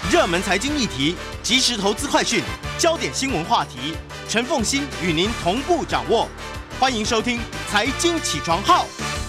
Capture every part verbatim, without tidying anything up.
热门财经议题、即时投资快讯、焦点新闻话题，陈凤馨与您同步掌握。欢迎收听《财经起床号》。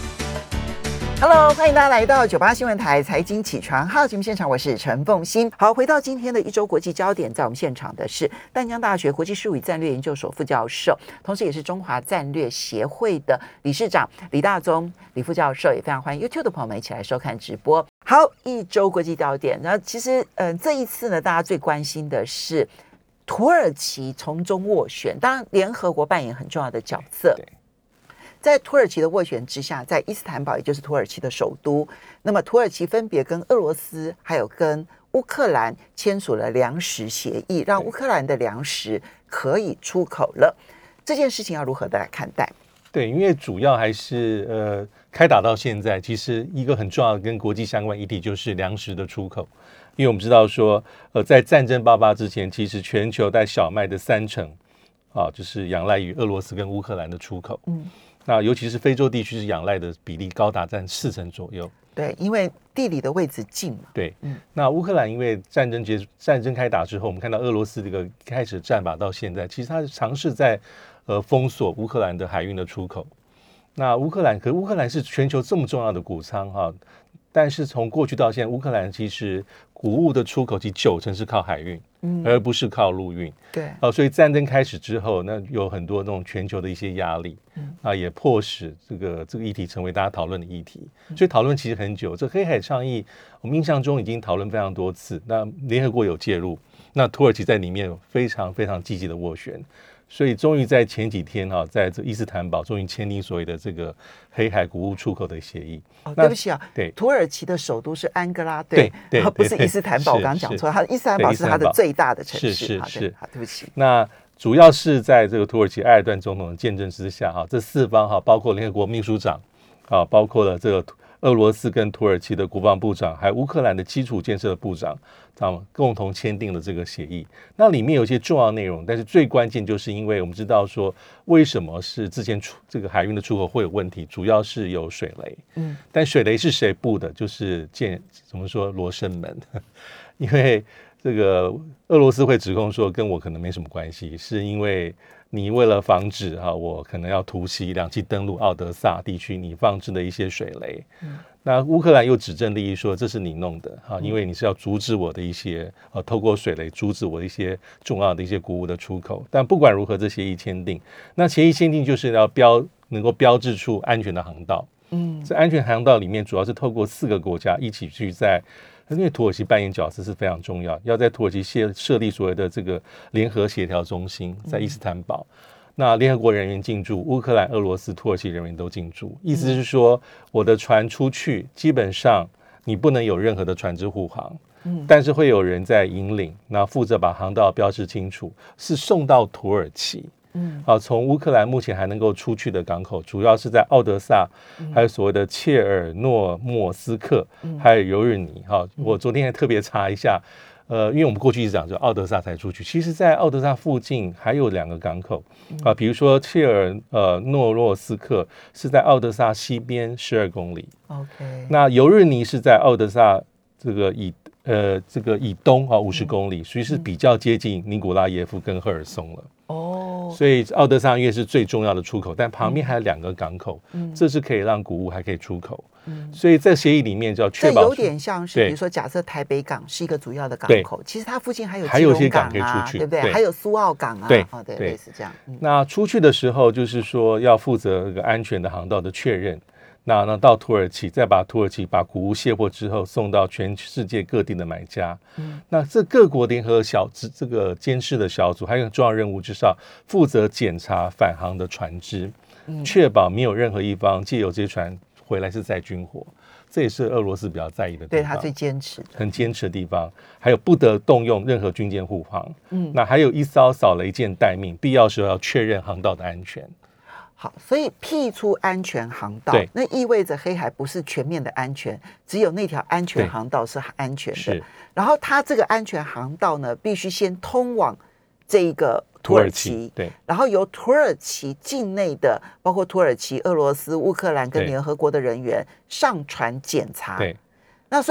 Hello， 欢迎大家来到九八新闻台财经起床号节目现场，我是陈凤馨。好，回到今天的一周国际焦点，在我们现场的是淡江大学国际事务与战略研究所副教授，同时也是中华战略协会的理事长李大宗李副教授，也非常欢迎 YouTube 的朋友们一起来收看直播。好，一周国际焦点，然后其实嗯、呃，这一次呢，大家最关心的是土耳其从中斡旋，当然联合国扮演很重要的角色。在土耳其的斡旋之下，在伊斯坦堡，也就是土耳其的首都，那么土耳其分别跟俄罗斯还有跟乌克兰签署了粮食协议，让乌克兰的粮食可以出口了。这件事情要如何的来看待？ 对，因为主要还是呃，开打到现在，其实一个很重要的跟国际相关议题就是粮食的出口。因为我们知道说，呃，在战争爆发之前，其实全球在小麦的三成啊，就是仰赖于俄罗斯跟乌克兰的出口。嗯。那尤其是非洲地区是仰赖的比例高达占四成左右。 对，因为地理的位置近嘛。 对，嗯，那乌克兰因为战争结战争开打之后，我们看到俄罗斯这个开始战法到现在，其实它尝试在呃封锁乌克兰的海运的出口。那乌克兰，可是乌克兰是全球这么重要的谷仓哈，但是从过去到现在，乌克兰其实谷物的出口其实九成是靠海运，嗯，而不是靠陆运。 对， 啊、呃，所以战争开始之后，那有很多那种全球的一些压力，嗯，啊，也迫使这个这个议题成为大家讨论的议题。所以讨论其实很久。这黑海倡议，我们印象中已经讨论非常多次。那联合国有介入，那土耳其在里面有非常非常积极的斡旋。所以终于在前几天哈、啊，在这伊斯坦堡终于签订所谓的这个黑海谷物出口的协议。 哦，对不起啊， 对， 土耳其的首都是安哥拉， 对对， 不是伊斯坦堡，我刚刚讲错，它伊斯坦堡是它的最大的城市， 是是是， 好，对不起。 那主要是在这个土耳其埃尔段总统的见证之下哈，这四方哈，包括联合国秘书长啊，包括了这个俄罗斯跟土耳其的国防部长，还有乌克兰的基础建设的部长，他们共同签订了这个协议。那里面有一些重要内容，但是最关键就是因为我们知道说，为什么是之前出这个海运的出口会有问题，主要是有水雷。嗯，但水雷是谁布的？就是建怎么说罗生门，因为这个俄罗斯会指控说跟我可能没什么关系，是因为你为了防止哈、啊，我可能要突袭两栖登陆奥德萨地区，你放置的一些水雷。嗯，那乌克兰又指证利益说这是你弄的哈、啊，因为你是要阻止我的一些呃、啊，透过水雷阻止我的一些重要的一些谷物的出口。但不管如何，这协议签订，那协议签订就是要标能够标志出安全的航道。嗯，这安全航道里面主要是透过四个国家一起去在。因为土耳其扮演角色是非常重要，要在土耳其设设立所谓的这个联合协调中心，在伊斯坦堡。嗯、那联合国人员进驻，乌克兰、俄罗斯、土耳其人员都进驻。意思是说，我的船出去，基本上你不能有任何的船只护航，嗯，但是会有人在引领，那负责把航道标示清楚，是送到土耳其。嗯，啊，从乌克兰目前还能够出去的港口，主要是在奥德萨，嗯、还有所谓的切尔诺莫斯克，嗯、还有尤日尼。哈、啊，我昨天还特别查一下，呃，因为我们过去一直讲就奥德萨才出去，其实在奥德萨附近还有两个港口啊，比如说切尔呃诺洛斯克是在奥德萨西边十二公里 ，OK， 那尤日尼是在奥德萨这个以呃这个以东啊五十公里，所以是比较接近尼古拉耶夫跟赫尔松了。哦，所以奥德萨因为是最重要的出口，但旁边还有两个港口，嗯、这是可以让谷物还可以出口。嗯、所以在协议里面就要确保， 这有点像是，比如说，假设台北港是一个主要的港口，其实它附近还有基隆港啊，对不对？还有苏澳港啊， 对， 哦，对，类似这样。 嗯、那出去的时候，就是说要负责这个安全的航道的确认。那那到土耳其，再把土耳其把谷物卸货之后送到全世界各地的买家。嗯，那这各国联合小这个监视的小组还有很重要任务，就是要负责检查返航的船只，嗯、确保没有任何一方借由这些船回来是载军火。这也是俄罗斯比较在意的地方， 对他最坚持的、 很坚持的地方。还有不得动用任何军舰护航。嗯，那还有一艘扫雷舰待命，必要时候要确认航道的安全。 好，所以辟出安全航道，那意味着黑海不是全面的安全，只有那条安全航道是安全的。然后它这个安全航道呢，必须先通往这个土耳其， 土耳其对， 然后由土耳其境内的，包括土耳其、俄罗斯、乌克兰跟联合国的人员上船检查。 对， 那所以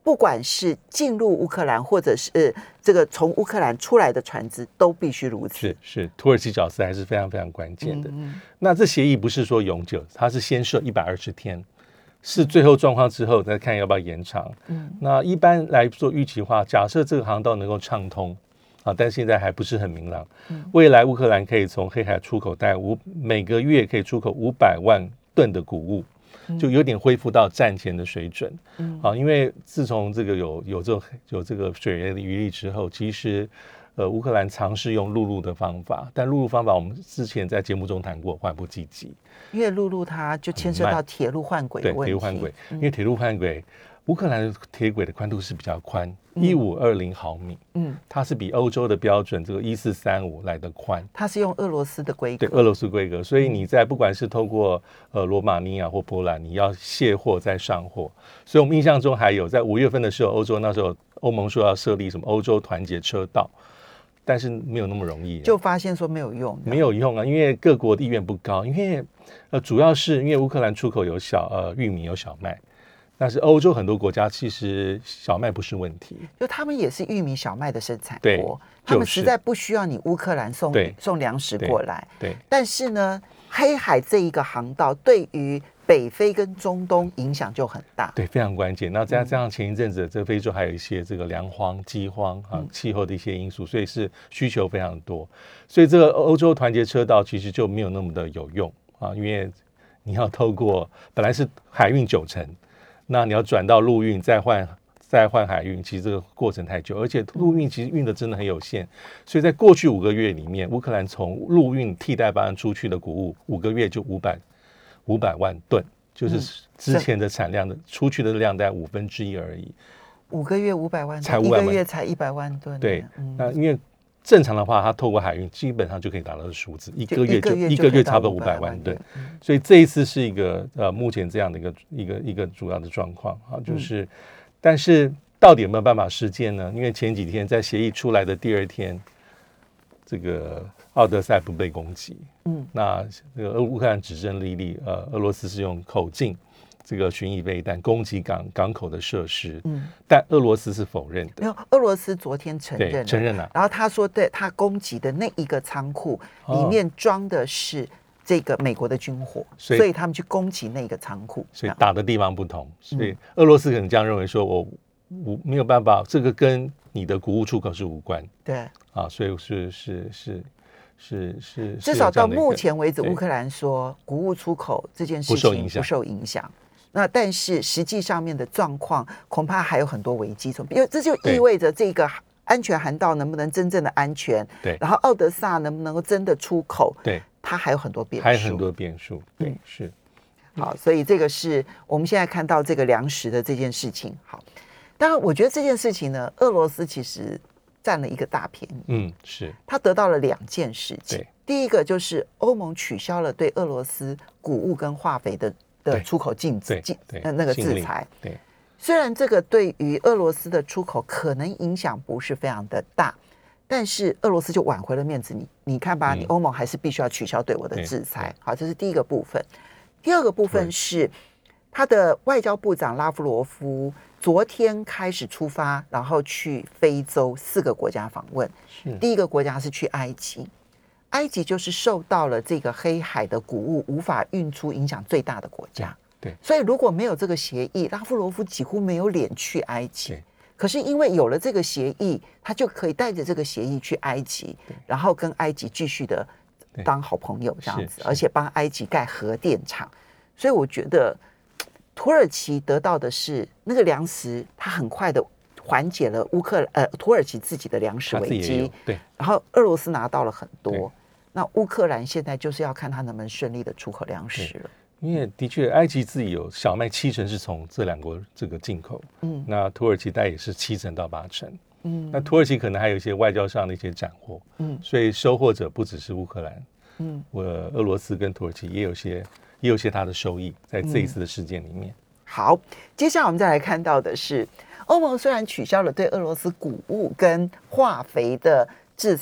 不管是进入乌克兰，或者是、呃、这个从乌克兰出来的船只，都必须如此。 是是，土耳其角色还是非常非常关键的。 嗯嗯那这协议不是说永久，它是先设一百二十天，是最后状况之后再看要不要延长。嗯，那一般来做预期化，假设这个航道能够畅通啊，但现在还不是很明朗。嗯、未来乌克兰可以从黑海出口大概五每个月可以出口五百万吨的谷物。就有点恢复到战前的水准，嗯，啊，因为自从这个有有这种有这个水源的余力之后，其实，呃，乌克兰尝试用陆路的方法，但陆路方法我们之前在节目中谈过，缓不积极， 因为陆路它就牵涉到铁路换轨的问题， 对，铁路换轨，因为铁路换轨，乌克兰的铁轨的宽度是比较宽，一五二零毫米，嗯，它是比欧洲的标准这个一四三五来的宽， 它是用俄罗斯的规格， 对，俄罗斯规格，所以你在不管是透过呃罗马尼亚或波兰，你要卸货再上货，所以我们印象中还有在五月份的时候，欧洲那时候欧盟说要设立什么欧洲团结车道，但是没有那么容易， 就发现说没有用， 没有用啊，因为各国的意愿不高，因为呃主要是因为乌克兰出口有小呃玉米有小麦。但是欧洲很多国家其实小麦不是问题， 就他们也是玉米小麦的生产国， 就是、他们实在不需要你乌克兰送送粮食过来。 对，对但是呢，黑海这一个航道对于北非跟中东影响就很大， 对，非常关键。那加上前一阵子这个非洲还有一些这个粮荒、饥荒啊、 嗯、 气候的一些因素，所以是需求非常多。所以这个欧洲团结车道其实就没有那么的有用啊，因为你要透过本来是海运九成。那你要转到陆运，再换再换海运，其实这个过程太久，而且陆运其实运的真的很有限，所以在过去五个月里面，乌克兰从陆运替代方案出去的谷物，五个月就五百五百万吨，就是之前的产量的、嗯、出去的量大概五分之一而已。 五个月五百万吨， 才五百万， 一个月才一百万吨。 对， 嗯、 那因为正常的话，它透过海运基本上就可以达到的数字，一个月就一个月差不多五百万吨，嗯、所以这一次是一个呃目前这样的一个一个一个主要的状况啊，就是，嗯、但是到底有没有办法实践呢？因为前几天在协议出来的第二天，这个奥德赛不被攻击，嗯，那这个乌克兰指证莉莉，呃，俄罗斯是用口径。这个巡弋飞弹攻击港港口的设施，嗯，但俄罗斯是否认的。 没有，俄罗斯昨天承认了， 承认了。 然后他说，对他攻击的那一个仓库里面装的是这个美国的军火，所以, 所以他们去攻击那个仓库。 所以打的地方不同，所以俄罗斯可能这样认为说我，我没有办法，这个跟你的谷物出口是无关。 对啊，所以是是是。是是， 至少到目前为止，乌克兰说谷物出口这件事情不受影响。不受影响。那但是实际上面的状况，恐怕还有很多危机。因为这就意味着这个安全航道能不能真正的安全？ 对。 然后奥德萨能不能够真的出口？ 对。 它还有很多变数。 还有很多变数。对，嗯、是。 好，所以这个是我们现在看到这个粮食的这件事情。好，当然我觉得这件事情呢，俄罗斯其实占了一个大便宜。 嗯，是。 他得到了两件事情。 对。 第一个就是欧盟取消了对俄罗斯谷物跟化肥的的出口禁止，禁那个制裁。 对， 虽然这个对于俄罗斯的出口可能影响不是非常的大，但是俄罗斯就挽回了面子。你你看吧，嗯、你欧盟还是必须要取消对我的制裁。好，这是第一个部分。第二个部分是他的外交部长拉夫罗夫昨天开始出发，然后去非洲四个国家访问。第一个国家是去埃及。埃及就是受到了这个黑海的谷物无法运出影响最大的国家， 对，对， 所以如果没有这个协议，拉夫罗夫几乎没有脸去埃及。可是因为有了这个协议，他就可以带着这个协议去埃及，然后跟埃及继续的当好朋友这样子，而且帮埃及盖核电厂。所以我觉得土耳其得到的是那个粮食，它很快的缓解了乌克呃土耳其自己的粮食危机， 对， 然后俄罗斯拿到了很多。那乌克兰现在就是要看他能不能顺利的出口粮食了， 因为的确埃及自己有小麦七成是从这两国这个进口，嗯，那土耳其大概也是七成到八成，嗯，那土耳其可能还有一些外交上的一些斩获，嗯，所以收获者不只是乌克兰，嗯，我俄罗斯跟土耳其也有些也有些它的收益在这一次的事件里面。嗯、 好，接下来我们再来看到的是，欧盟虽然取消了对俄罗斯谷物跟化肥的制裁。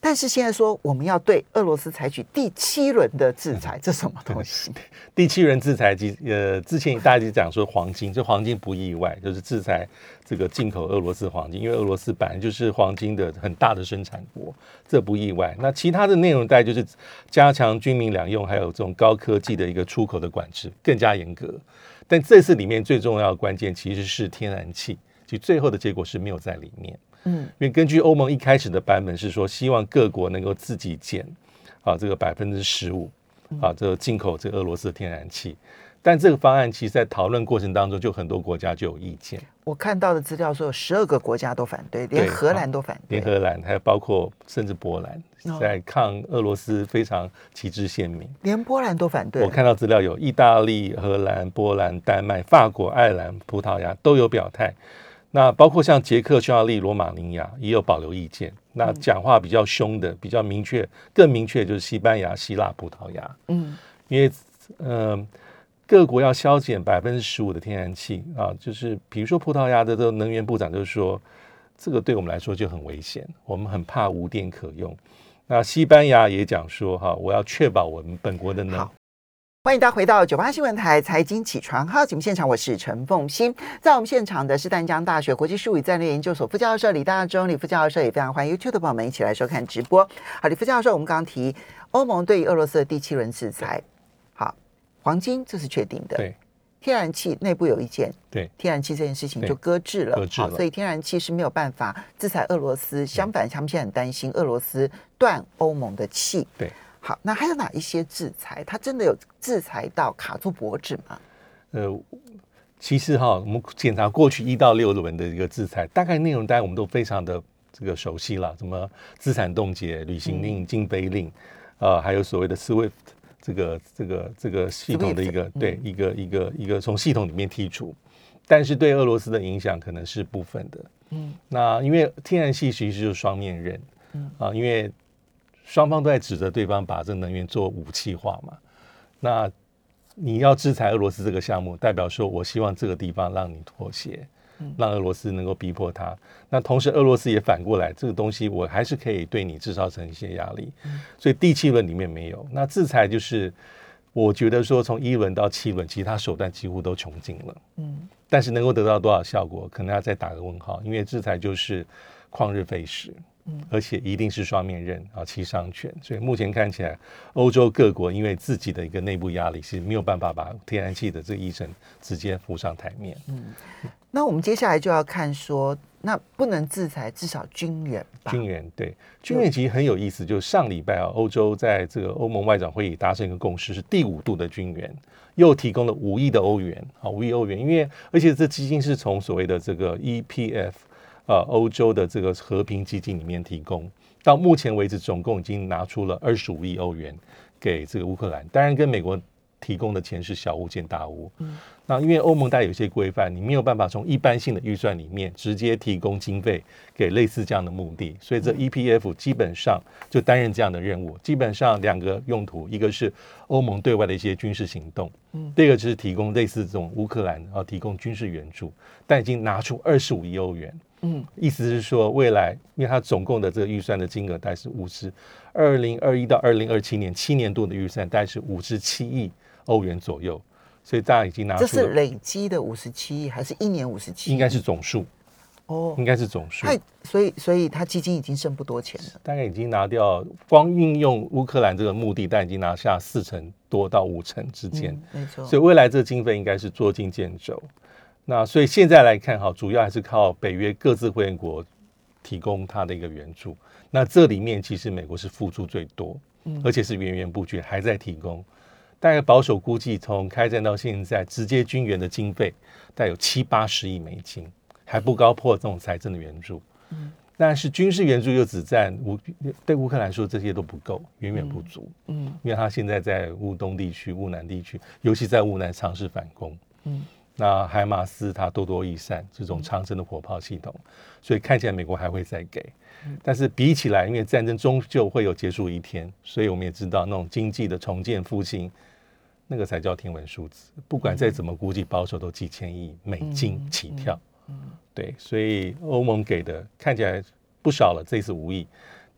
但是现在说我们要对俄罗斯采取第七轮的制裁，这什么东西？ 第七轮制裁，呃，之前大家就讲说黄金，这黄金不意外，就是制裁这个进口俄罗斯黄金，因为俄罗斯本来就是黄金的很大的生产国，这不意外。那其他的内容大概就是加强军民两用，还有这种高科技的一个出口的管制更加严格。但这次里面最重要的关键其实是天然气，其实最后的结果是没有在里面。嗯，因为根据欧盟一开始的版本是说，希望各国能够自己减啊这个百分之十五啊这个进口这个俄罗斯的天然气，但这个方案其实在讨论过程当中，就很多国家就有意见。 我看到的资料说有十二个国家都反对，连荷兰都反对， 连荷兰还有包括甚至波兰，在抗俄罗斯非常旗帜鲜明， 连波兰都反对。 我看到资料有意大利、荷兰、波兰、丹麦、法国、爱尔兰、葡萄牙都有表态。那包括像捷克、匈牙利、罗马尼亚也有保留意见。那讲话比较凶的、比较明确、更明确就是西班牙、希腊、葡萄牙。嗯，因为呃各国要削减百分之十五的天然气啊，就是比如说葡萄牙的这个能源部长就是说，这个对我们来说就很危险，我们很怕无电可用。那西班牙也讲说哈，我要确保我们本国的能。 欢迎大家回到九八新闻台财经起床号节目现场，我是陈凤馨。在我们现场的是淡江大学国际术语战略研究所副教授李大中，李副教授也非常欢迎 YouTube 的朋友们一起来收看直播。好，李副教授，我们刚刚提欧盟对于俄罗斯的第七轮制裁，好，黄金这是确定的， 对， 天然气内部有意见， 对， 天然气这件事情就搁置了， 搁置了， 所以天然气是没有办法制裁俄罗斯，相反，他们现在很担心俄罗斯断欧盟的气， 对。 好，那还有哪一些制裁？它真的有制裁到卡住脖子吗？ 呃，其实哈，我们检查过去一到六轮的一个制裁，大概内容大概我们都非常的这个熟悉了，什么资产冻结、旅行令、禁飞令，啊、呃，还有所谓的 SWIFT 这个这个这个系统的一个 Swift, 对、嗯、一个一个一个从系统里面剔除，但是对俄罗斯的影响可能是部分的。嗯，那因为天然气其实就是双面刃，嗯啊，因为双方都在指责对方把这个能源做武器化嘛，那你要制裁俄罗斯这个项目，代表说我希望这个地方让你妥协，让俄罗斯能够逼迫他。那同时俄罗斯也反过来，这个东西我还是可以对你制造成一些压力。所以第七轮里面没有。那制裁就是我觉得说从一轮到七轮，其他手段几乎都穷尽了。嗯，但是能够得到多少效果，可能要再打个问号，因为制裁就是旷日费时。嗯，而且一定是双面刃啊，七伤拳。所以目前看起来，欧洲各国因为自己的一个内部压力，是没有办法把天然气的这个议程直接浮上台面。嗯， 那我们接下来就要看说，那不能制裁，至少军援吧？ 军援对，军援其实很有意思。就是上礼拜啊，欧洲在这个欧盟外长会议达成一个共识，是第五度的军援，又提供了五亿的欧元啊，五亿欧元。因为而且这基金是从所谓的这个 E P F。呃，欧洲的这个和平基金里面提供，到目前为止总共已经拿出了二十五亿欧元给这个乌克兰，当然跟美国提供的钱是小巫见大巫。嗯，那因为欧盟大概有些规范，你没有办法从一般性的预算里面直接提供经费给类似这样的目的，所以这 E P F 基本上就担任这样的任务。基本上两个用途，一个是欧盟对外的一些军事行动，嗯，第二个就是提供类似这种乌克兰啊提供军事援助，但已经拿出二十五亿欧元。嗯，意思是说，未来因为它总共的这个预算的金额大概是五十，二零二一到二零二七年七年度的预算大概是五十七亿欧元左右，所以大家已经拿出了。 这是累积的五十七亿，还是一年五十七亿？ 应该是总数哦，应该是总数。 所以，所以它基金已经剩不多钱了， 大概已经拿掉，光运用乌克兰这个目的，但已经拿下四成多到五成之间， 嗯、没错。 所以未来这个经费应该是捉襟见肘。那所以现在来看哈，主要还是靠北约各自会员国提供它的一个援助。那这里面其实美国是付出最多，嗯，而且是源源不绝，还在提供。大概保守估计，从开战到现在，直接军援的经费大概有七八十亿美金，还不高破这种财政的援助。嗯，但是军事援助又只占乌对乌克兰说这些都不够，远远不足。嗯，因为他现在在乌东地区、乌南地区，尤其在乌南尝试反攻。嗯。那海马斯它多多益善，这种长征的火炮系统，所以看起来美国还会再给，但是比起来，因为战争终究会有结束一天，所以我们也知道那种经济的重建复兴，那个才叫天文数字，不管再怎么估计保守都几千亿美金起跳。对，所以欧盟给的看起来不少了，这次五亿，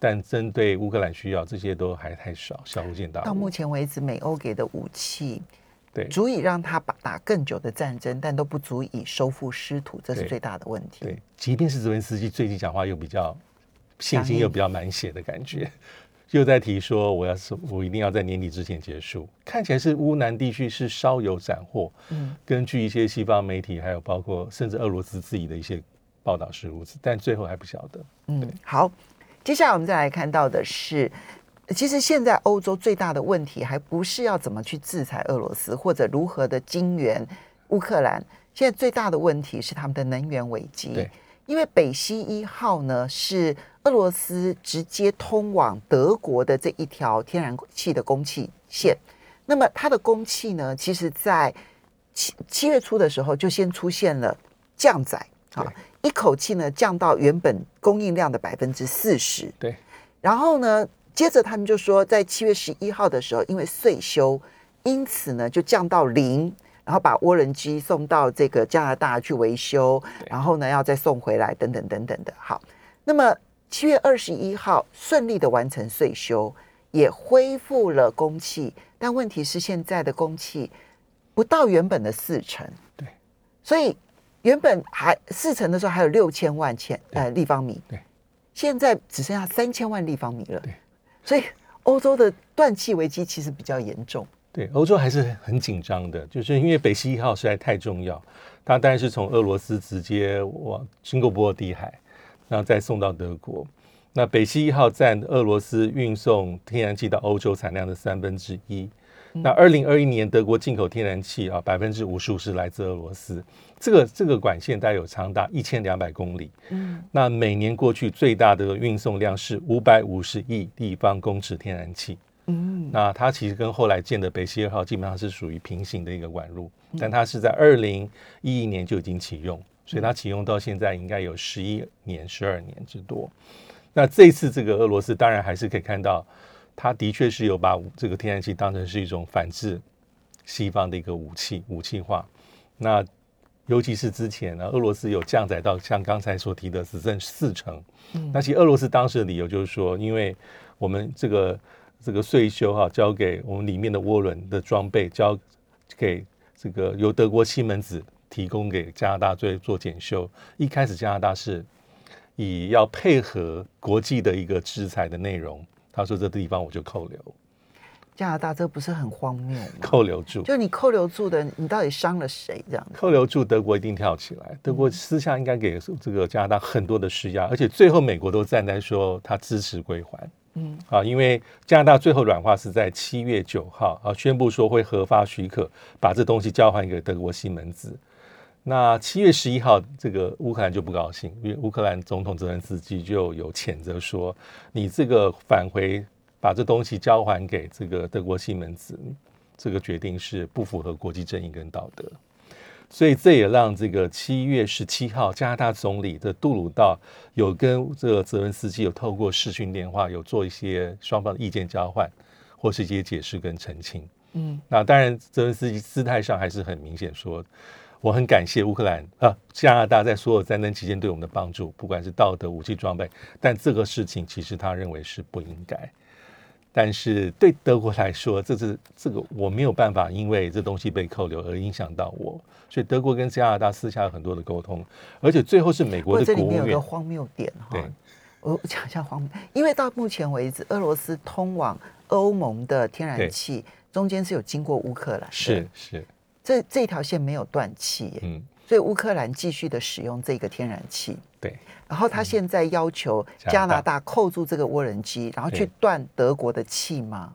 但针对乌克兰需要，这些都还太少，小巫见大巫。 到目前为止，美欧给的武器， 对， 足以让他打更久的战争，但都不足以收复失土，这是最大的问题。 对，即便是泽连斯基最近讲话又比较信心又比较满血的感觉，又在提说我要是我一定要在年底之前结束，看起来是乌南地区是稍有斩获。嗯，根据一些西方媒体，还有包括甚至俄罗斯自己的一些报道是如此，但最后还不晓得。 嗯，好，接下来我们再来看到的是，其实现在欧洲最大的问题还不是要怎么去制裁俄罗斯，或者如何的经援乌克兰，现在最大的问题是他们的能源危机。 对， 因为北溪一号呢是俄罗斯直接通往德国的这一条天然气的供气线，那么它的供气呢，其实在七七月初的时候就先出现了降载啊，一口气呢降到原本供应量的百分之四十。 对， 然后呢，接着他们就说，在七月十一号的时候，因为岁修，因此呢就降到零。然后把涡轮机送到这个加拿大去维修，然后呢要再送回来，等等等等的。好，那么七月二十一号顺利的完成岁修，也恢复了供气，但问题是现在的供气不到原本的四成。 对， 所以原本还四成的时候还有六千万千呃立方米， 对， 现在只剩下三千万立方米了。 对， 所以欧洲的断气危机其实比较严重。 对，欧洲还是很紧张的，就是因为北溪一号实在太重要，它当然是从俄罗斯直接往经过波罗的海，然后再送到德国。那北溪一号占俄罗斯运送天然气到欧洲产量的三分之一。那二零二一年德国进口天然气啊，百分之五十五是来自俄罗斯。这个这个管线大概有长达一千两百公里。嗯，那每年过去最大的运送量是五百五十亿立方公尺天然气。嗯，那它其实跟后来建的北溪二号基本上是属于平行的一个管路，但它是在二零一一年就已经启用，所以它启用到现在应该有十一年、十二年之多。那这次这个俄罗斯当然还是可以看到，它的确是有把这个天然气当成是一种反制西方的一个武器，武器化。那尤其是之前呢，俄罗斯有降载到像刚才所提的只剩四成。嗯，那其实俄罗斯当时的理由就是说，因为我们这个。这个岁修哈、啊，交给我们里面的涡轮的装备，交给这个由德国西门子提供给加拿大做做检修。一开始加拿大是以要配合国际的一个制裁的内容，他说这地方我就扣留。 加拿大这不是很荒谬吗？ 扣留住， 就你扣留住的，你到底伤了谁？这样扣留住，德国一定跳起来。德国私下应该给这个加拿大很多的施压，而且最后美国都站在说他支持归还。嗯，啊，因为加拿大最后软化是在七月九号啊，宣布说会核发许可，把这东西交还给德国西门子。那七月十一号，这个乌克兰就不高兴，因为乌克兰总统泽连斯基就有谴责说，你这个返回把这东西交还给这个德国西门子，这个决定是不符合国际正义跟道德。所以这也让这个七月十七号加拿大总理的杜鲁道有跟这个泽连斯基有透过视讯电话有做一些双方的意见交换，或是一些解释跟澄清。嗯，那当然泽连斯基姿态上还是很明显说，我很感谢乌克兰啊加拿大在所有战争期间对我们的帮助，不管是道德、武器装备，但这个事情其实他认为是不应该。但是对德国来说，这是这个我没有办法，因为这东西被扣留而影响到我，所以德国跟加拿大私下有很多的沟通，而且最后是美国的国务院。 这里面有个荒谬点哈，我讲一下荒谬，因为到目前为止，俄罗斯通往欧盟的天然气中间是有经过乌克兰的， 是是， 这这条线没有断气耶，嗯，所以乌克兰继续的使用这个天然气， 对。 然后他现在要求加拿大扣住这个涡轮机，然后去断德国的气吗？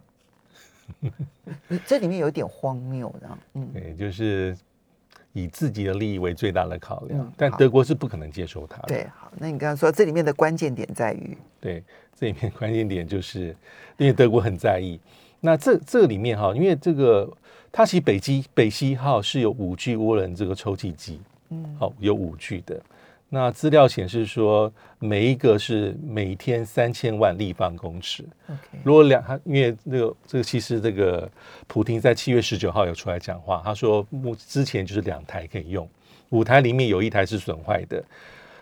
这里面有点荒谬的，嗯， 对，就是以自己的利益为最大的考量，嗯、但德国是不可能接受它的。 对，好，那你刚刚说这里面的关键点在于， 对，这里面关键点就是因为德国很在意。那这这里面哈，因为这个它其实北基北溪号是有五具涡轮这个抽气机，嗯，好，有五具的。那资料显示说，每一个是每天三千万立方公尺。Okay. 如果两，因为那个这个其实这个普丁在七月十九号有出来讲话，他说目之前就是两台可以用，五台里面有一台是损坏的。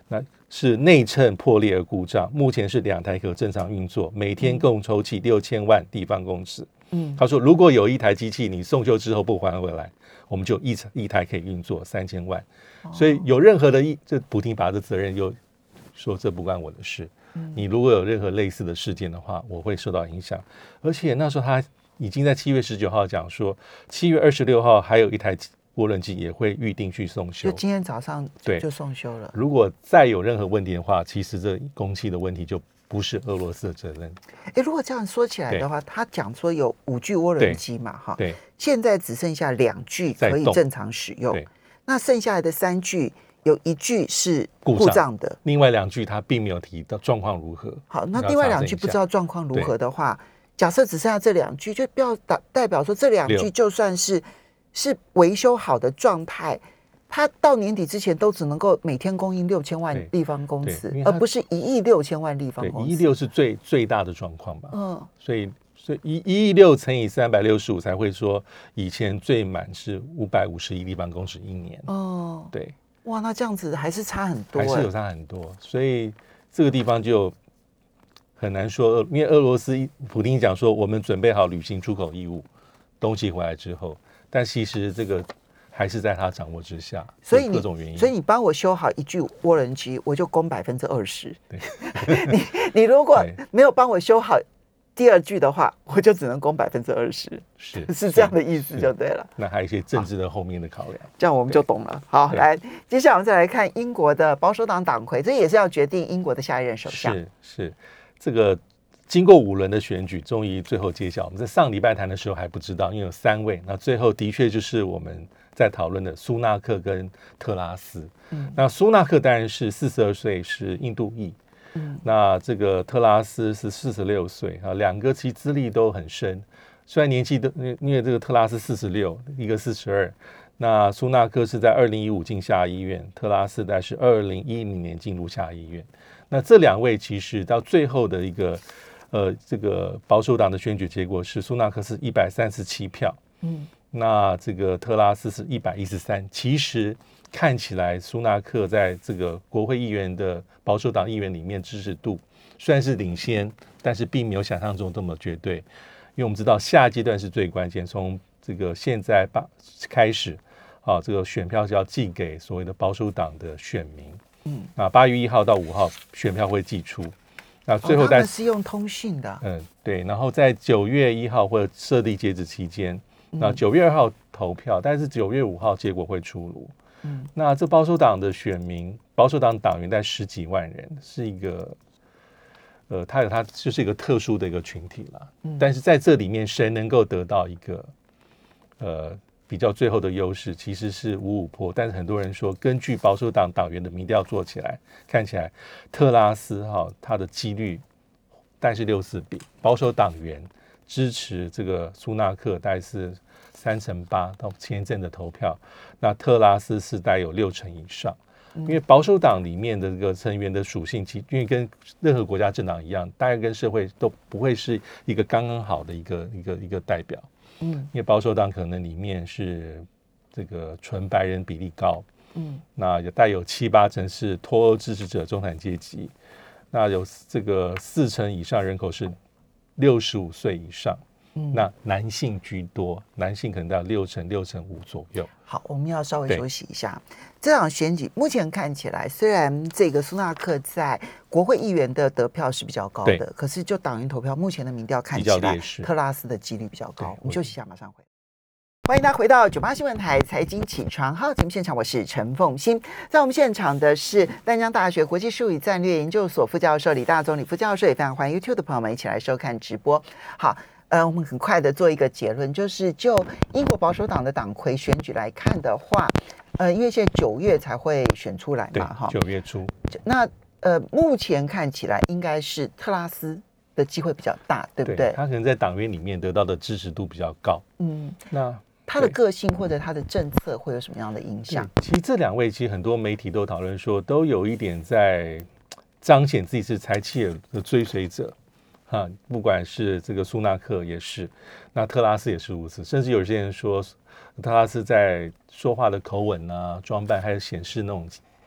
那是内衬破裂而故障，目前是两台可正常运作，每天共抽气六千万立方公尺。嗯，他说如果有一台机器你送修之后不还回来，我们就一一台可以运作三千万。哦、所以有任何的一这补丁把这责任又说这不关我的事。嗯、你如果有任何类似的事件的话，我会受到影响。而且那时候他已经在七月十九号讲说，七月二十六号还有一台涡轮机也会预定去送修， 就今天早上对就送修了。 如果再有任何问题的话，其实这供气的问题就不是俄罗斯的责任。 哎，如果这样说起来的话，他讲说有五具涡轮机嘛，哈， 对， 现在只剩下两具可以正常使用，那剩下来的三具有一具是故障的， 另外两具他并没有提到状况如何。 好，那另外两具不知道状况如何的话，假设只剩下这两具，就不要代表说这两具就算是是维修好的状态，它到年底之前都只能够每天供应六千万立方公尺，而不是一亿六千万立方公尺。 一亿六是最最大的状况吧？嗯，所以所以一一亿六乘以三百六十五才会说以前最满是五百五十亿立方公尺一年。哦，对， 哇，那这样子还是差很多， 还是有差很多，所以这个地方就很难说，因为俄罗斯普丁讲说我们准备好履行出口义务，东西回来之后。但其实这个还是在他掌握之下， 所以各种原因。 所以你帮我修好一具涡轮机，我就供百分之二十。你你如果没有帮我修好第二句的话，我就只能供百分之二十。 是是这样的意思就对了。 那还有一些政治的后面的考量， 这样我们就懂了。好，来，接下来我们再来看英国的保守党党魁，这也是要决定英国的下一任首相。 是是，这个。经过五轮的选举，终于最后揭晓。我们在上礼拜谈的时候还不知道，因为有三位。那最后的确就是我们在讨论的苏纳克跟特拉斯。嗯，那苏纳克当然是四十二岁，是印度裔。嗯，那这个特拉斯是四十六岁啊，两个其实资历都很深。虽然年纪都因为这个特拉斯四十六，一个四十二。那苏纳克是在二零一五进下医院，特拉斯在是二零一零年进入下医院。那这两位其实到最后的一个。呃，这个保守党的选举结果是苏纳克是一百三十七票，嗯，那这个特拉斯是一百一十三。其实看起来苏纳克在这个国会议员的保守党议员里面支持度虽然是领先，但是并没有想象中这么绝对。因为我们知道下阶段是最关键，从这个现在把开始，啊，这个选票是要寄给所谓的保守党的选民，嗯，啊，八月一号到五号选票会寄出。那最后在、 哦、他们是用通讯的， 嗯，对，然后在九月一号或者设立截止期间，那九月二号投票，但是九月五号结果会出炉。嗯，那这保守党的选民，保守党党员在十几万人，是一个，呃，他有他就是一个特殊的一个群体啦。嗯，但是在这里面，谁能够得到一个，呃。比较最后的优势其实是五五波，但是很多人说，根据保守党党员的民调做起来，看起来特拉斯哈他的几率大概是六四比，保守党员支持这个苏纳克大概是三成八到前一阵的投票，那特拉斯是大概有六成以上，因为保守党里面的这个成员的属性，其因为跟任何国家政党一样，大概跟社会都不会是一个刚刚好的一个一个一个代表。嗯，因为保守党可能里面是这个纯白人比例高，嗯，那也带有七八成是脱欧支持者中产阶级，那有这个四成以上人口是六十五岁以上，嗯，那男性居多，男性可能到六成六成五左右。 好，我们要稍微休息一下。这场选举目前看起来，虽然这个苏纳克在国会议员的得票是比较高的，可是就党员投票，目前的民调看起来特拉斯的几率比较高。我们休息一下，马上回来。欢迎大家回到九八新闻台财经起床号节目现场，我是陈凤馨。在我们现场的是淡江大学国际术语战略研究所副教授李大宗李副教授，也非常欢迎 YouTube 的朋友们一起来收看直播。好。呃，我们很快的做一个结论，就是就英国保守党的党魁选举来看的话，呃，因为现在九月才会选出来嘛，哈， 九月初。 那呃，目前看起来应该是特拉斯的机会比较大，对不对？ 对，他可能在党员里面得到的支持度比较高。嗯，那他的个性或者他的政策会有什么样的影响？ 其实这两位，其实很多媒体都讨论说，都有一点在彰显自己是柴契尔的追随者。啊，不管是这个苏纳克也是，那特拉斯也是如此，甚至有些人说，特拉斯在说话的口吻啊、装扮，还有显示那种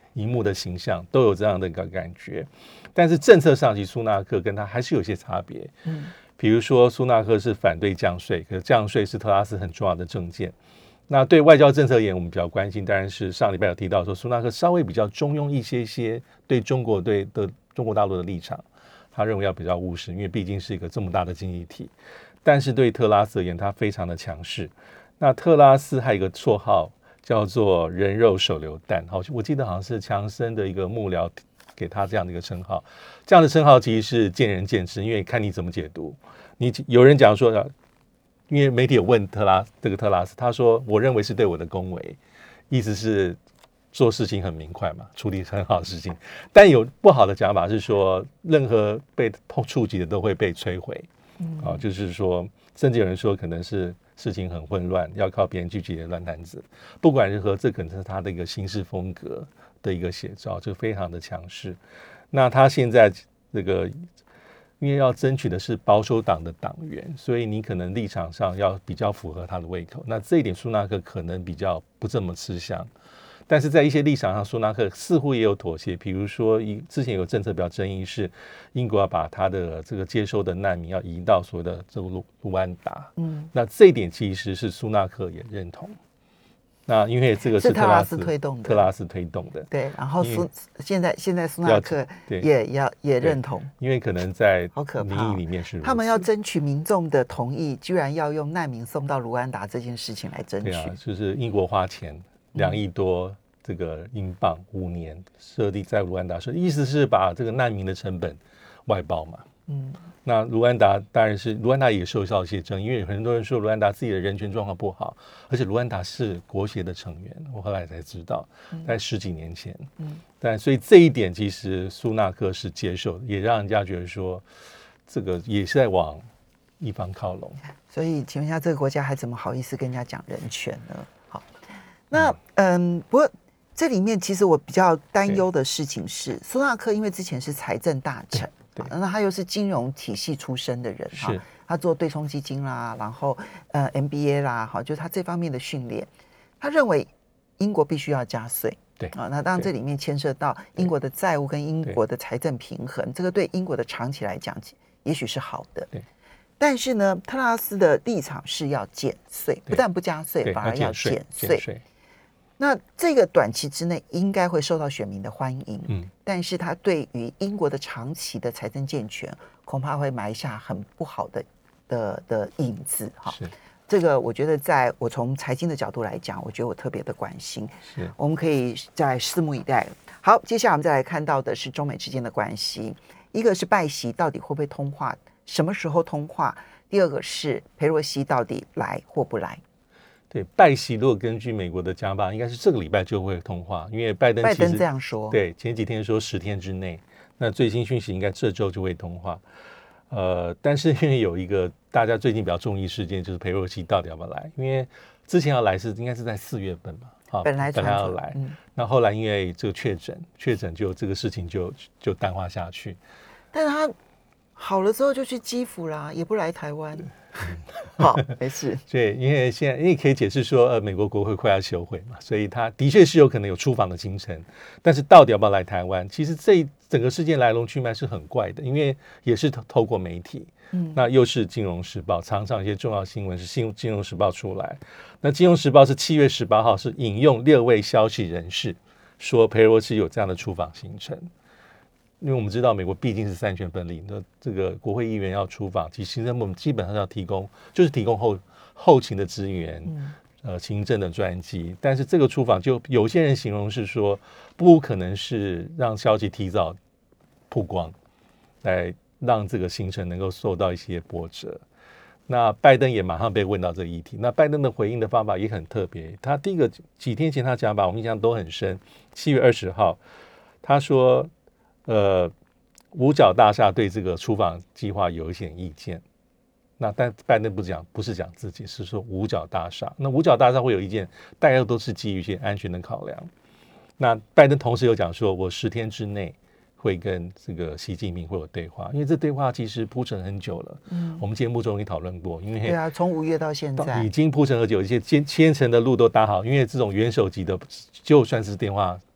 荧幕的形象，都有这样的一个感觉。但是政策上，其实苏纳克跟他还是有些差别。嗯，比如说苏纳克是反对降税，可是降税是特拉斯很重要的政见。那对外交政策而言，我们比较关心，当然是上礼拜有提到说，苏纳克稍微比较中庸一些些，对中国对的中国大陆的立场，他认为要比较务实，因为毕竟是一个这么大的经济体。但是对特拉斯而言，他非常的强势。那特拉斯还有一个绰号叫做人肉手榴弹，好，我记得好像是强生的一个幕僚给他这样的一个称号。这样的称号其实是见仁见智，因为看你怎么解读。你有人讲说，因为媒体有问特拉这个特拉斯，他说我认为是对我的恭维，意思是做事情很明快嘛，处理很好的事情。但有不好的讲法是说，任何被碰触及的都会被摧毁。嗯，啊，就是说，甚至有人说可能是事情很混乱，要靠别人聚集的乱摊子。不管如何，这可能是他的一个行事风格的一个写照，就非常的强势。那他现在这个。因为要争取的是保守党的党员，所以你可能立场上要比较符合他的胃口。那这一点苏纳克可能比较不这么吃香，但是在一些立场上，苏纳克似乎也有妥协。比如说，之前有政策比较争议是，英国要把他的这个接收的难民要移到所谓的这个卢卢安达。嗯，那这一点其实是苏纳克也认同。那因为这个是特拉斯推动的， 特拉斯推动的， 对。然后苏现在现在苏纳克也要也认同， 因为可能在民意里面是他们要争取民众的同意，居然要用难民送到卢安达这件事情来争取。 对啊，就是英国花钱两亿多这个英镑五年设立在卢安达，意思是把这个难民的成本外包嘛。嗯，那卢安达当然是卢安达也受到一些争议，因为很多人说卢安达自己的人权状况不好，而且卢安达是国协的成员，我后来才知道，在十几年前。嗯，但所以这一点其实苏纳克是接受的，也让人家觉得说这个也是在往一方靠拢。 所以请问一下，这个国家还怎么好意思跟人家讲人权呢？好，那嗯，不过这里面其实我比较担忧的事情是，苏纳克因为之前是财政大臣。那他又是金融体系出身的人哈，他做对冲基金啦，然后呃 M B A 啦，哈，就是他这方面的训练。他认为英国必须要加税， 对啊，那当然这里面牵涉到英国的债务跟英国的财政平衡，这个对英国的长期来讲也许是好的。 对， 但是呢，特拉斯的立场是要减税，不但不加税，反而要减税。那这个短期之内应该会受到选民的欢迎，嗯，但是他对于英国的长期的财政健全，恐怕会埋下很不好的的的影子哈。这个我觉得，在我从财经的角度来讲，我觉得我特别的关心，是我们可以再拭目以待。好，接下来我们再来看到的是中美之间的关系，一个是拜习到底会不会通话，什么时候通话？第二个是裴洛西到底来或不来？ 对，拜习如果根据美国的讲法，应该是这个礼拜就会通话，因为拜登拜登这样说， 对，前几天说十天之内，那最新讯息应该这周就会通话。呃，但是因为有一个大家最近比较注意事件，就是裴洛西到底要不要来？因为之前要来是应该是在四月份嘛，啊， 本来本来要来，嗯，那后来因为这个确诊，确诊就这个事情就就淡化下去。 但是他好了之后就去基辅啦，也不来台湾。好，没事。 对，因为现在因为可以解释说，呃，美国国会快要休会嘛，所以他的确是有可能有出访的行程，但是到底要不要来台湾，其实这整个事件来龙去脉是很怪的，因为也是透过媒体，嗯，那又是《金融时报》，常常一些重要新闻是《金融时报》出来，那《金融时报》是七月十八号是引用六位消息人士说裴洛西有这样的出访行程。因为我们知道美国毕竟是三权分立，那这个国会议员要出访，其实行政部门基本上要提供，就是提供后后勤的资源，嗯、呃，行政的专机。但是这个出访，就有些人形容是说，不可能是让消息提早曝光，来让这个行程能够受到一些波折。那拜登也马上被问到这个议题，那拜登的回应的方法也很特别。他第一个几天前他讲法，我们印象都很深。七月二十号，他说。呃，五角大厦对这个出访计划有一些意见，那但拜登不讲，不是讲自己，是说五角大厦。那五角大厦会有意见，大家都是基于一些安全的考量。那拜登同时有讲说，我十天之内会跟这个习近平会有对话，因为这对话其实铺陈很久了。嗯，我们节目中也讨论过，因为对啊，从五月到现在已经铺陈很久，一些千千层的路都搭好，因为这种元首级的，就算是电话。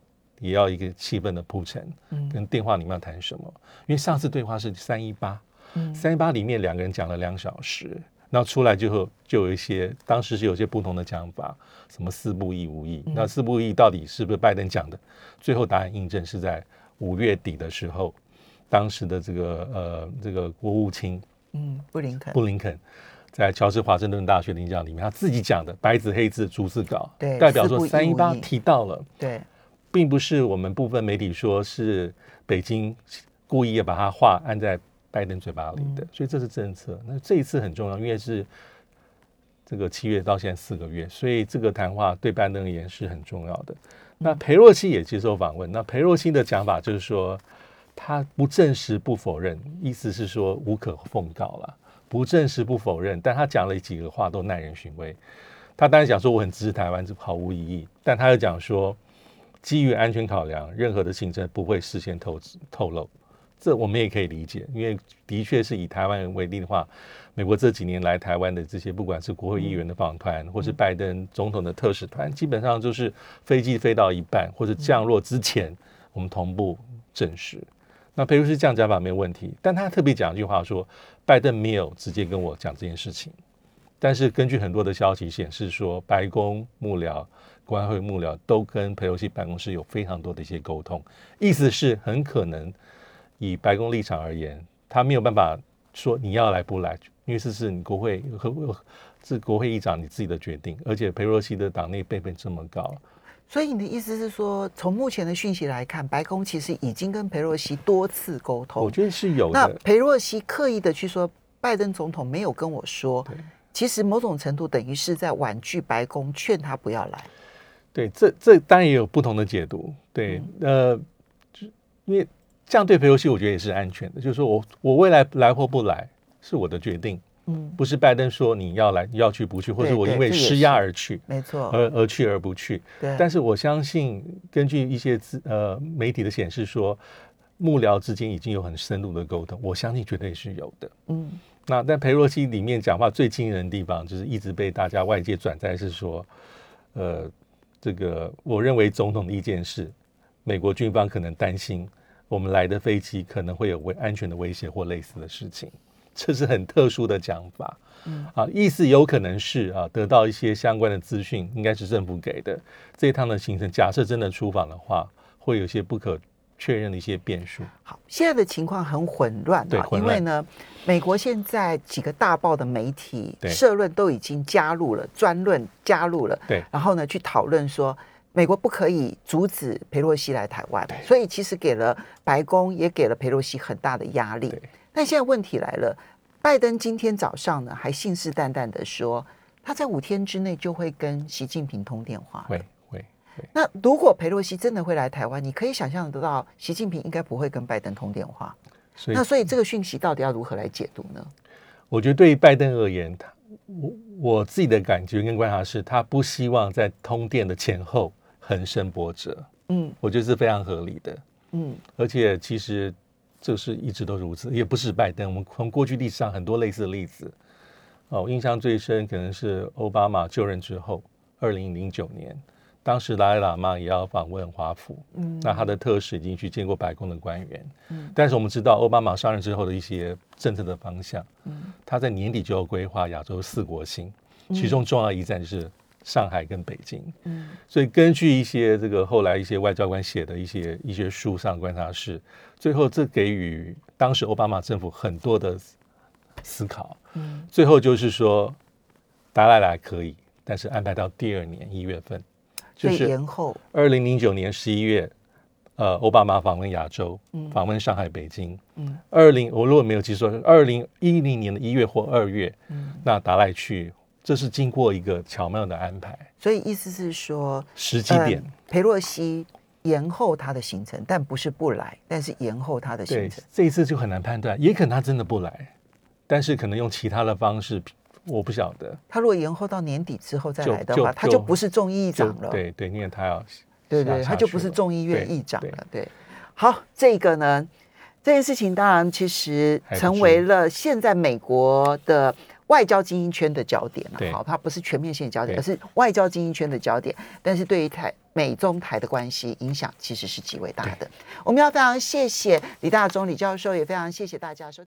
也要一个气氛的铺陈，嗯，跟电话里面要谈什么？因为上次对话是三一八，嗯，三一八里面两个人讲了两小时，然后出来就后就有一些当时是有些不同的讲法，什么四不一无意，嗯、那四不一到底是不是拜登讲的？最后答案印证是在五月底的时候，当时的这个呃这个国务卿， 嗯，布林肯， 布林肯。在乔治华盛顿大学的演讲里面，他自己讲的白纸黑字逐字稿， 对， 代表说三一八提到了， 对， 并不是我们部分媒体说是北京故意要把它话按在拜登嘴巴里的，嗯、所以这是政策。那这一次很重要，因为是这个七月到现在四个月，所以这个谈话对拜登而言是很重要的。那裴洛西也接受访问，那裴洛西的讲法就是说，他不证实不否认，意思是说无可奉告了。不证实不否认，但他讲了几个话都耐人寻味。他当然讲说我很支持台湾，这毫无意义。但他又讲说，基于安全考量，任何的行程不会事先透透露。这我们也可以理解，因为的确是以台湾人为例的话，美国这几年来台湾的这些，不管是国会议员的访团，或是拜登总统的特使团，基本上就是飞机飞到一半或者降落之前，我们同步证实。那裴洛西这样讲法没有问题，但他特别讲一句话说，拜登没有直接跟我讲这件事情，但是根据很多的消息显示说，白宫幕僚、国安会幕僚都跟裴洛西办公室有非常多的一些沟通，意思是很可能以白宫立场而言，他没有办法说你要来不来，因为这是你国会是国会议长你自己的决定，而且裴洛西的党内辈分这么高。 所以你的意思是说，从目前的讯息来看，白宫其实已经跟裴洛西多次沟通。 我觉得是有的。 那裴洛西刻意的去说，拜登总统没有跟我说，其实某种程度等于是在婉拒白宫，劝他不要来。 对，这这当然也有不同的解读。对，嗯、呃，因为这样对裴洛西，我觉得也是安全的，就是说我我未来来或不来是我的决定。嗯，不是拜登说你要来要去不去，或者我因为施压而去， 没错， 而而去而不去。对，但是我相信，根据一些呃媒体的显示说，幕僚之间已经有很深入的沟通，我相信绝对是有的。嗯，那但裴洛西里面讲话最惊人的地方，就是一直被大家外界转载是说，呃，这个我认为总统的意见是，美国军方可能担心我们来的飞机可能会有危安全的威胁或类似的事情。这是很特殊的讲法，嗯啊，意思有可能是啊，得到一些相关的资讯，应该是政府给的。这一趟的行程，假设真的出访的话，会有一些不可确认的一些变数。 好，现在的情况很混乱， 对， 因为呢，美国现在几个大报的媒体社论都已经加入了专论，加入了， 对， 然后呢，去讨论说，美国不可以阻止裴洛西来台湾，所以其实给了白宫也给了裴洛西很大的压力。但现在问题来了，拜登今天早上呢还信誓旦旦的说，他在五天之内就会跟习近平通电话。 会会会。 那如果裴洛西真的会来台湾，你可以想象得到，习近平应该不会跟拜登通电话。所以那所以这个讯息到底要如何来解读呢？ 我觉得对于拜登而言，他我我自己的感觉跟观察是，他不希望在通电的前后横生波折。嗯，我觉得是非常合理的。嗯，而且其实。这是一直都如此，也不是拜登。我们从过去历史上很多类似的例子，哦，我印象最深可能是奥巴马就任之后，二零零九年，当时达赖喇嘛也要访问华府，嗯，那他的特使已经去见过白宫的官员，嗯，但是我们知道奥巴马上任之后的一些政策的方向，嗯，他在年底就要规划亚洲四国行，其中重要一站就是上海跟北京，嗯，所以根据一些这个后来一些外交官写的一些一些书上观察是，最后这给予当时奥巴马政府很多的思考，嗯，最后就是说达赖来可以，但是安排到第二年一月份， 就是延后。 二零零九年十一月，呃，奥巴马访问亚洲，嗯，访问上海、北京，嗯，二零我如果没有记错，二零一零年的一月或二月，嗯，那达赖去。这是经过一个巧妙的安排， 所以意思是说， 时机点， 呃、裴洛西延后他的行程，但不是不来，但是延后他的行程。 这一次就很难判断，也可能他真的不来，但是可能用其他的方式，我不晓得。 他如果延后到年底之后再来的话，就就他就不是众议长了。 对对，因为他要， 对对，他就不是众议院议长了。对，对好，这个呢，这件事情当然其实成为了现在美国的。外交精英圈的焦点了，好，它不是全面性的焦点，而是外交精英圈的焦点。但是对于台美中台的关系影响其实是极为大的。我们要非常谢谢李大中李教授，也非常谢谢大家收。